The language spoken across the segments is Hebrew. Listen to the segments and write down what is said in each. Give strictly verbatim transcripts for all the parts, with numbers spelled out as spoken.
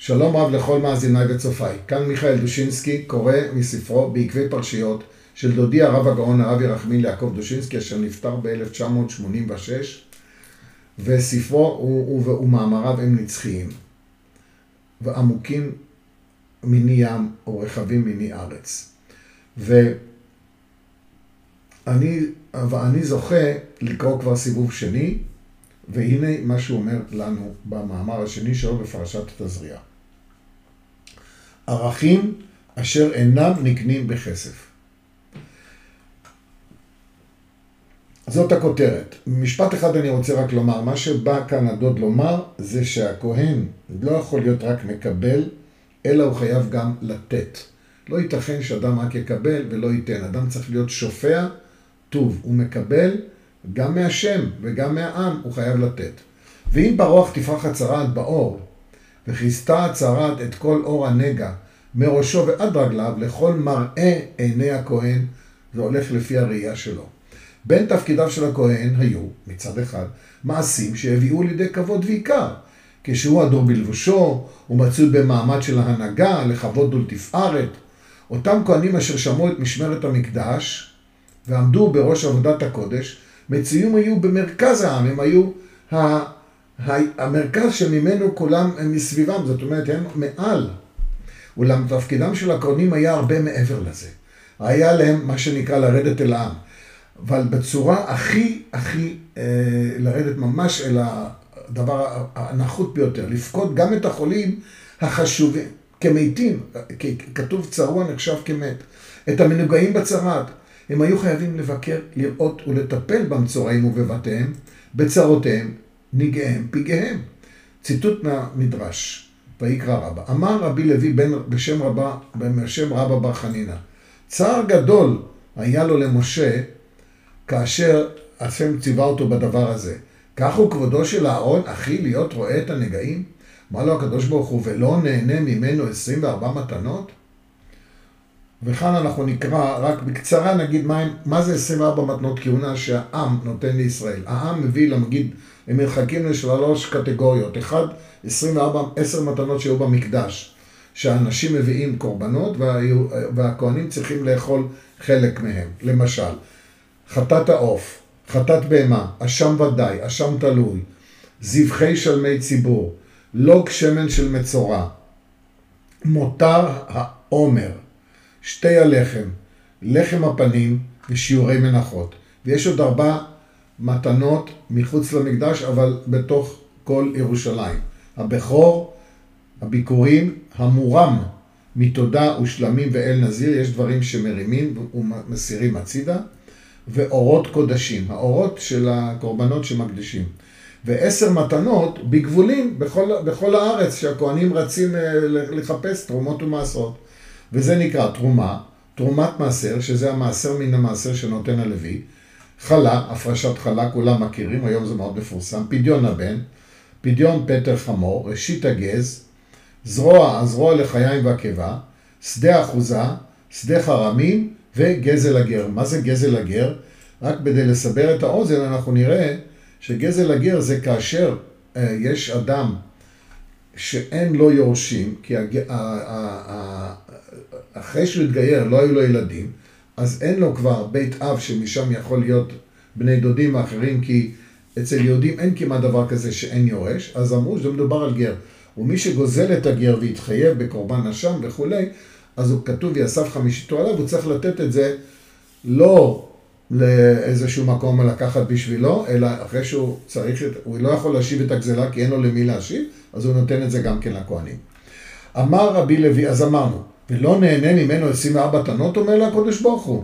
שלום רב לכל מאזיניי וצופיי. כאן מיכאל דושינסקי קורא מספרו בעקבי פרשיות של דודי הרב הגאון הרב ירחמיאל יעקב דושינסקי, אשר נפטר ב-אלף תשע מאות שמונים ושש, וספרו ומאמריו הם נצחיים ועמוקים מני ים ורחבים מני ארץ. ואני, ואני זוכה לקרוא כבר סיבוב שני, והנה מה שהוא אומר לנו במאמר השני שלו בפרשת תזריע. ערכים אשר אינם נקנים בכסף. זאת הכותרת. משפט אחד אני רוצה רק לומר, מה שבא כאן הדוד לומר זה שהכהן לא יכול להיות רק מקבל, אלא הוא חייב גם לתת. לא ייתכן שאדם רק יקבל ולא ייתן. אדם צריך להיות שופע טוב, הוא מקבל גם מהשם וגם מהעם, הוא חייב לתת. ואם ברוח תפרח הצרת באור, וכיסתה הצרת את כל אור הנגע, מראשו ועד רגליו, לכל מראה עיני הכהן, זה הולך לפי הראייה שלו. בין תפקידיו של הכהן היו, מצד אחד, מעשים שהביאו לידי כבוד ועיקר. כשהוא הדור בלבושו, הוא מצוי במעמד של ההנהגה, לכבוד ולתפארת. אותם כהנים אשר שמעו את משמרת המקדש, ועמדו בראש עבודת הקודש, מצויים היו במרכז העם, הם היו המרכז שממנו כולם הם מסביבם, זאת אומרת, הם מעל. אולם תפקידם של הכהנים היה הרבה מעבר לזה. היה להם מה שנקרא לרדת אל העם. אבל בצורה הכי, הכי, אה, לרדת ממש אל הדבר הנחות ביותר, לפקוד גם את החולים החשובים, כמתים, כתוב צרוע נחשב כמת, את המנוגעים בצרת. הם היו חייבים לבקר, לראות ולטפל במצורעים ובבתיהם, בצרותיהם, נגעיהם, פגעיהם. ציטוט מהמדרש, ויקרא רבא. אמר רבי לוי בן, בשם, רבא, בשם רבא בר חנינא, צער גדול היה לו למשה, כאשר השם ציווה אותו בדבר הזה. כך הוא כבודו של אהרון, אחי להיות רואה את הנגעים? מה לו הקדוש ברוך הוא, ולא נהנה ממנו עשרים וארבע מתנות? וכאן אנחנו נקרא, רק בקצרה נגיד מה, מה זה עשרים וארבע מתנות כהונה שהעם נותן לישראל. העם מביא למגיד, הם מרחקים לשלוש קטגוריות. אחד, עשרים וארבע, עשר מתנות שהיו במקדש, שהאנשים מביאים קורבנות והכהנים צריכים לאכול חלק מהם. למשל, חטאת העוף, חטאת בהמה, אשם ודאי, אשם תלוי, זבחי שלמי ציבור, לוג שמן של מצורע, מותר העומר, שתי הלחם, לחם הפנים ושיעורי מנחות. ויש עוד ארבע מתנות מחוץ למקדש, אבל בתוך כל ירושלים. הבכור, הביקורים, המורם מתודה ושלמים ואל נזיר, יש דברים שמרימים ומסירים הצידה, ואורות קודשים, האורות של הקורבנות שמקדישים. ועשר מתנות בגבולים בכל, בכל הארץ, שהכהנים רצים לחפש תרומות ומעשרות. וזה נקרא תרומה, תרומת מעשר, שזה המעשר מן המעשר שנותן הלוי, חלה, הפרשת חלה, כולם מכירים, היום זה מאוד מפורסם, פדיון הבן, פדיון פטר חמור, ראשית הגז, זרוע, הזרוע לחיים והקיבה, שדה אחוזה, שדה חרמים וגזל הגר. מה זה גזל הגר? רק כדי לסבר את האוזן אנחנו נראה שגזל הגר זה כאשר אה, יש אדם שאין לו יורשים, כי הג... ה... ה... ה... אחרי שהוא התגייר לא היו לו ילדים, אז אין לו כבר בית אב שמשם יכול להיות בני דודים האחרים, כי אצל יהודים אין כמעט דבר כזה שאין יורש, אז אמרו שזה מדובר על גר. ומי שגוזל את הגר והתחייב בקורבן אשם וכולי, אז הוא כתוב יאסף חמישיתו עליו, הוא צריך לתת את זה לא לאיזשהו מקום לקחת בשבילו, אלא אחרי שהוא צריך, הוא לא יכול להשיב את הגזלה כי אין לו למי להשיב, אז הוא נותן את זה גם כן לכהנים. אמר רבי לוי, אז אמרנו, ולא נהנה ממנו עשרים וארבע מתנות, אומר לה הקדוש ברוך הוא.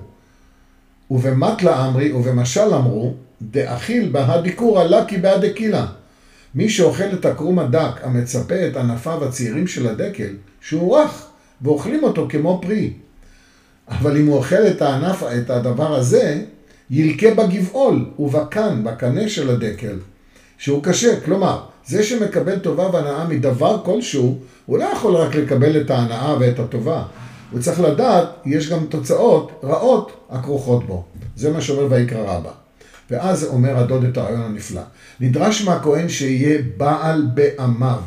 ובמטלה אמרי ובמשל אמרו, דאכיל בה דיקורא לקי בה דקילה. מי שאוכל את הקרום הדק המצפה את ענפיו הצעירים של הדקל, שהוא רך, ואוכלים אותו כמו פרי. אבל אם הוא אוכל את הענף, את הדבר הזה, ילקה בגבעול ובקן, בקנה של הדקל, שהוא קשה. כלומר, זה שמקבל טובה והנאה מדבר כלשהו, הוא לא יכול רק לקבל את ההנאה ואת הטובה. הוא צריך לדעת, יש גם תוצאות רעות הכרוכות בו. זה מה שאומר ויקרא רבא. ואז אומר הדוד את הרעיון הנפלא. נדרש מהכהן שיהיה בעל בעמיו,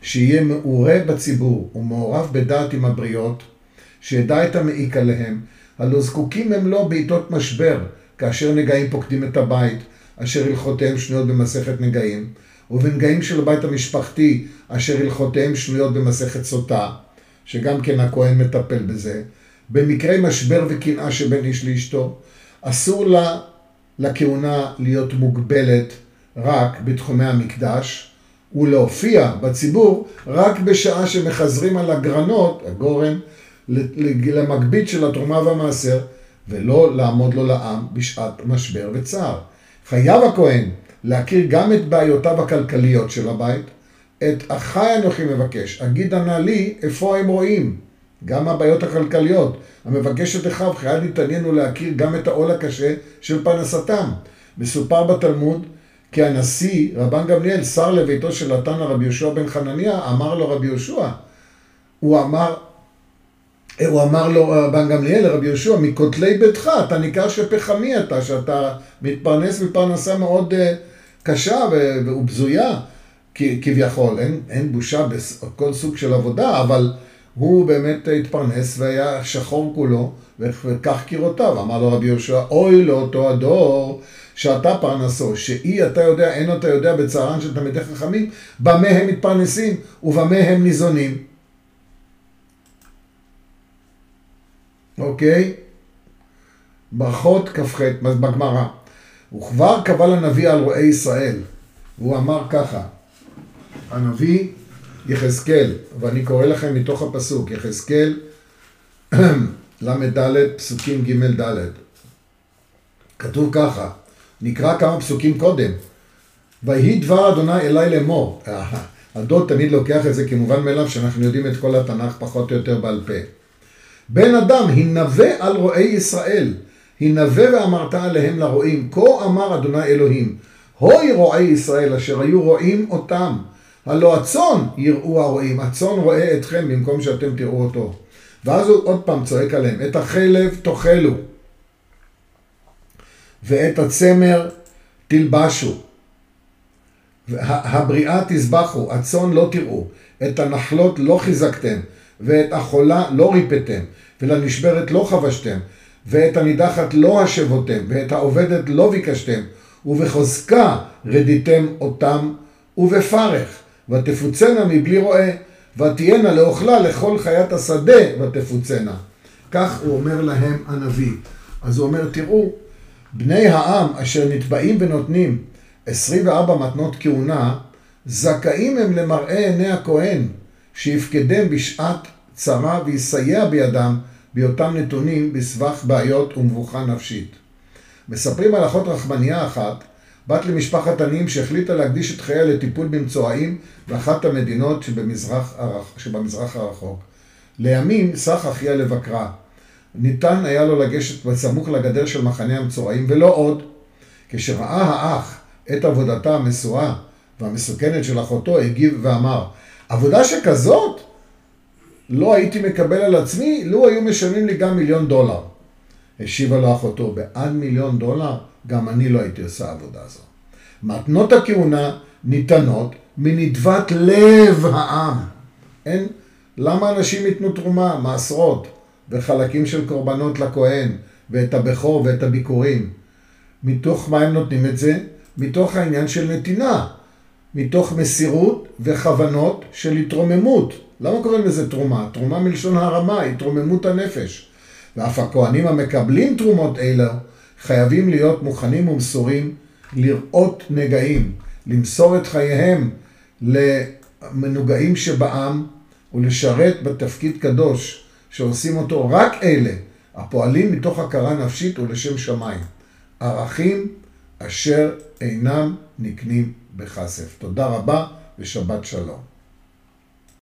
שיהיה מעורה בציבור ומעורב בדעת עם הבריות, שידע את המעיק עליהם, הלא זקוקים הם לא בעיתות משבר, כאשר נגעים פוקדים את הבית, אשר הלכותיהם שנויות במסכת נגעים, ובנגעים של הבית המשפחתי, אשר הלכותיהם שנויות במסכת סוטה, שגם כן הכהן מטפל בזה. במקרי משבר וקנאה שבין איש לאשתו, אסור לה לכהונה להיות מוגבלת רק בתחומי המקדש, ולהופיע בציבור רק בשעה שמחזרים על הגרנות, הגורן, למגבית של התרומה והמעשר, ולא לעמוד לו לעם בשעת משבר וצער. חייב הכהן להכיר גם את בעיותיו הכלכליות של הבית, את אחי אנוכי מבקש, אגיד ענה לי איפה הם רואים, גם הבעיות הכלכליות. המבקש את אחיו חייב להתעניין ולהכיר גם את העול הקשה של פרנסתם. מסופר בתלמוד כי הנשיא רבן גמליאל, שר לביתו של התנא רבי יהושע בן חנניה, אמר לו רבי יהושע, הוא אמר, הוא אמר לו רבן גמליאל לרבי יהושע, מכותלי ביתך, אתה ניכר שפחמי אתה, שאתה מתפרנס מפרנסה מאוד קשה ובזויה, כביכול, אין, אין בושה בכל סוג של עבודה, אבל הוא באמת התפרנס והיה שחור כולו, וכך קירותיו. אמר לו רבי יהושע, אוי לאותו הדור שאתה פרנסו, שאי אתה יודע, אין אתה יודע בצערן של תלמידי חכמים, במה הם מתפרנסים ובמה הם ניזונים. אוקיי? ברכות כ"ח בגמרא. וכבר קבל הנביא על רועי ישראל, והוא אמר ככה, הנביא יחזקאל, ואני קורא לכם מתוך הפסוק, יחזקאל למד פסוקים ג' ד'. כתוב ככה, נקרא כמה פסוקים קודם, ויהי דבר אדוני אליי לאמור. הדוד תמיד לוקח את זה כמובן מאליו, שאנחנו יודעים את כל התנ"ך פחות או יותר בעל פה. בן אדם, הנבא על רועי ישראל, הנבא ואמרת עליהם לרועים, כה אמר אדוני אלוהים, הוי רועי ישראל אשר היו רועים אותם, הלא הצאן יראו הרועים, הצאן רואה אתכם במקום שאתם תראו אותו. ואז הוא עוד פעם צועק עליהם, את החלב תאכלו, ואת הצמר תלבשו, הבריאה תזבחו, הצאן לא תראו, את הנחלות לא חיזקתם, ואת החולה לא ריפאתם, ולנשברת לא חבשתם, ואת הנידחת לא השבותם, ואת העובדת לא ביקשתם, ובחוזקה רדיתם אותם, ובפרך, ותפוצנה מבלי רואה, ותהיינה לאוכלה לכל חיית השדה, ותפוצנה. כך הוא אומר להם הנביא. אז הוא אומר, תראו, בני העם אשר נתבעים ונותנים עשרים וארבע מתנות כהונה, זכאים הם למראה עיני הכהן, שיפקדם בשעת צרה ויסייע בידם, בהיותם נתונים בסבך בעיות ומבוכה נפשית. מספרים על אחות רחמניה אחת, בת למשפחת עניים שהחליטה להקדיש את חייה לטיפול במצורעים באחת המדינות שבמזרח, שבמזרח הרחוק. לימים סך אחיה לבקרה. ניתן היה לו לגשת בסמוך לגדר של מחנה המצורעים, ולא עוד. כשראה האח את עבודתה המסורה והמסוכנת של אחותו, הגיב ואמר, עבודה שכזאת? לא הייתי מקבל על עצמי, לו היו משלמים לי גם מיליון דולר. השיבה לו אחותו, בעד מיליון דולר, גם אני לא הייתי עושה עבודה זו. מתנות הכהונה ניתנות מנדבת לב העם. אין, למה אנשים ייתנו תרומה, מעשרות, וחלקים של קורבנות לכהן, ואת הבכור ואת הביקורים? מתוך מה הם נותנים את זה? מתוך העניין של נתינה. מתוך מסירות וכוונות של התרוממות. למה קוראים לזה תרומה? תרומה מלשון הרמה, התרוממות הנפש. ואף הכהנים המקבלים תרומות אלה, חייבים להיות מוכנים ומסורים לראות נגעים, למסור את חייהם למנוגעים שבעם, ולשרת בתפקיד קדוש, שעושים אותו רק אלה, הפועלים מתוך הכרה נפשית ולשם שמיים. ערכים אשר אינם נקנים בכסף. תודה רבה ושבת שלום.